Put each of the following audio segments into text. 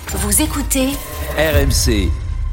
Vous écoutez RMC.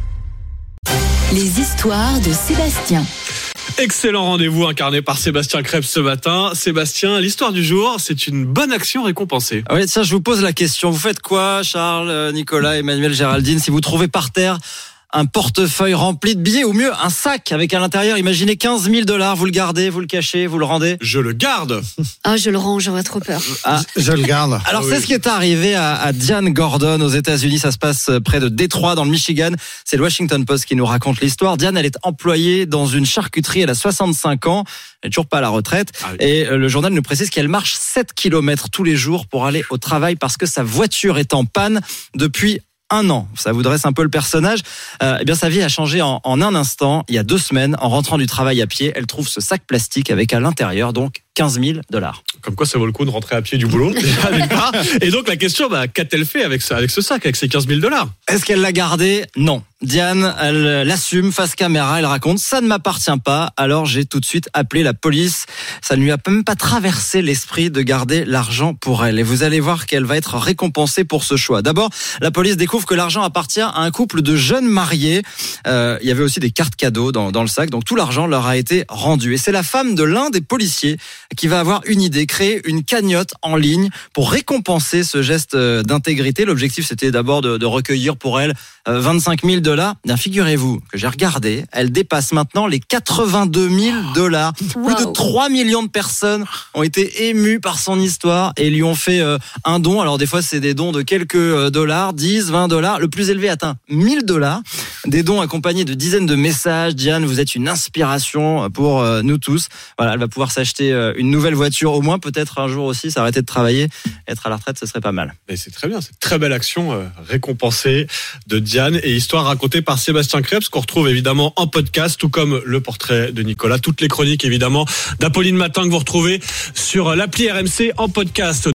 les histoires de Sébastien. Excellent rendez-vous incarné par Sébastien Krebs ce matin. Sébastien, l'histoire du jour, c'est une bonne action récompensée. Oui, tiens, je vous pose la question. Vous faites quoi, Charles, Nicolas, Emmanuel, Géraldine, si vous trouvez par terre un portefeuille rempli de billets, ou mieux, un sac avec à l'intérieur, imaginez $15,000, vous le gardez, vous le cachez, vous le rendez? Je le garde. Ah, je le range, j'aurais trop peur. Je le garde. Alors, Ah c'est oui. ce qui est arrivé à Diane Gordon aux États-Unis. Ça se passe près de Détroit, dans le Michigan. C'est le Washington Post qui nous raconte l'histoire. Diane, elle est employée dans une charcuterie. Elle a 65 ans. Elle n'est toujours pas à la retraite. Ah oui. Et le journal nous précise qu'elle marche 7 km tous les jours pour aller au travail parce que sa voiture est en panne depuis 1 an. Ça vous dresse un peu le personnage. Eh bien, sa vie a changé en un instant. Il y a 2 semaines, en rentrant du travail à pied, elle trouve ce sac plastique avec à l'intérieur donc $15,000. Comme quoi, ça vaut le coup de rentrer à pied du boulot, déjà, d'une part. Et donc, la question, qu'a-t-elle fait avec ce sac, avec ces $15,000 ? Est-ce qu'elle l'a gardé ? Non. Diane, elle l'assume face caméra, elle raconte « Ça ne m'appartient pas, alors j'ai tout de suite appelé la police. » Ça ne lui a même pas traversé l'esprit de garder l'argent pour elle. Et vous allez voir qu'elle va être récompensée pour ce choix. D'abord, la police découvre que l'argent appartient à un couple de jeunes mariés. Il y avait aussi des cartes cadeaux dans le sac, donc tout l'argent leur a été rendu. Et c'est la femme de l'un des policiers qui va avoir une idée, créer une cagnotte en ligne pour récompenser ce geste d'intégrité. L'objectif, c'était d'abord de recueillir pour elle $25,000. Bien, figurez-vous que j'ai regardé, elle dépasse maintenant les $82,000. Plus de 3 millions de personnes ont été émues par son histoire et lui ont fait un don. Alors des fois, c'est des dons de quelques dollars, 10, $20. Le plus élevé atteint $1,000. Des dons accompagnés de dizaines de messages. Diane, vous êtes une inspiration pour nous tous. Voilà, elle va pouvoir s'acheter une nouvelle voiture, au moins peut-être un jour aussi, s'arrêter de travailler, être à la retraite, ce serait pas mal. Et c'est très bien, c'est une très belle action récompensée de Diane et histoire racontée par Sébastien Krebs qu'on retrouve évidemment en podcast, tout comme le portrait de Nicolas. Toutes les chroniques évidemment d'Apolline Matin que vous retrouvez sur l'appli RMC en podcast.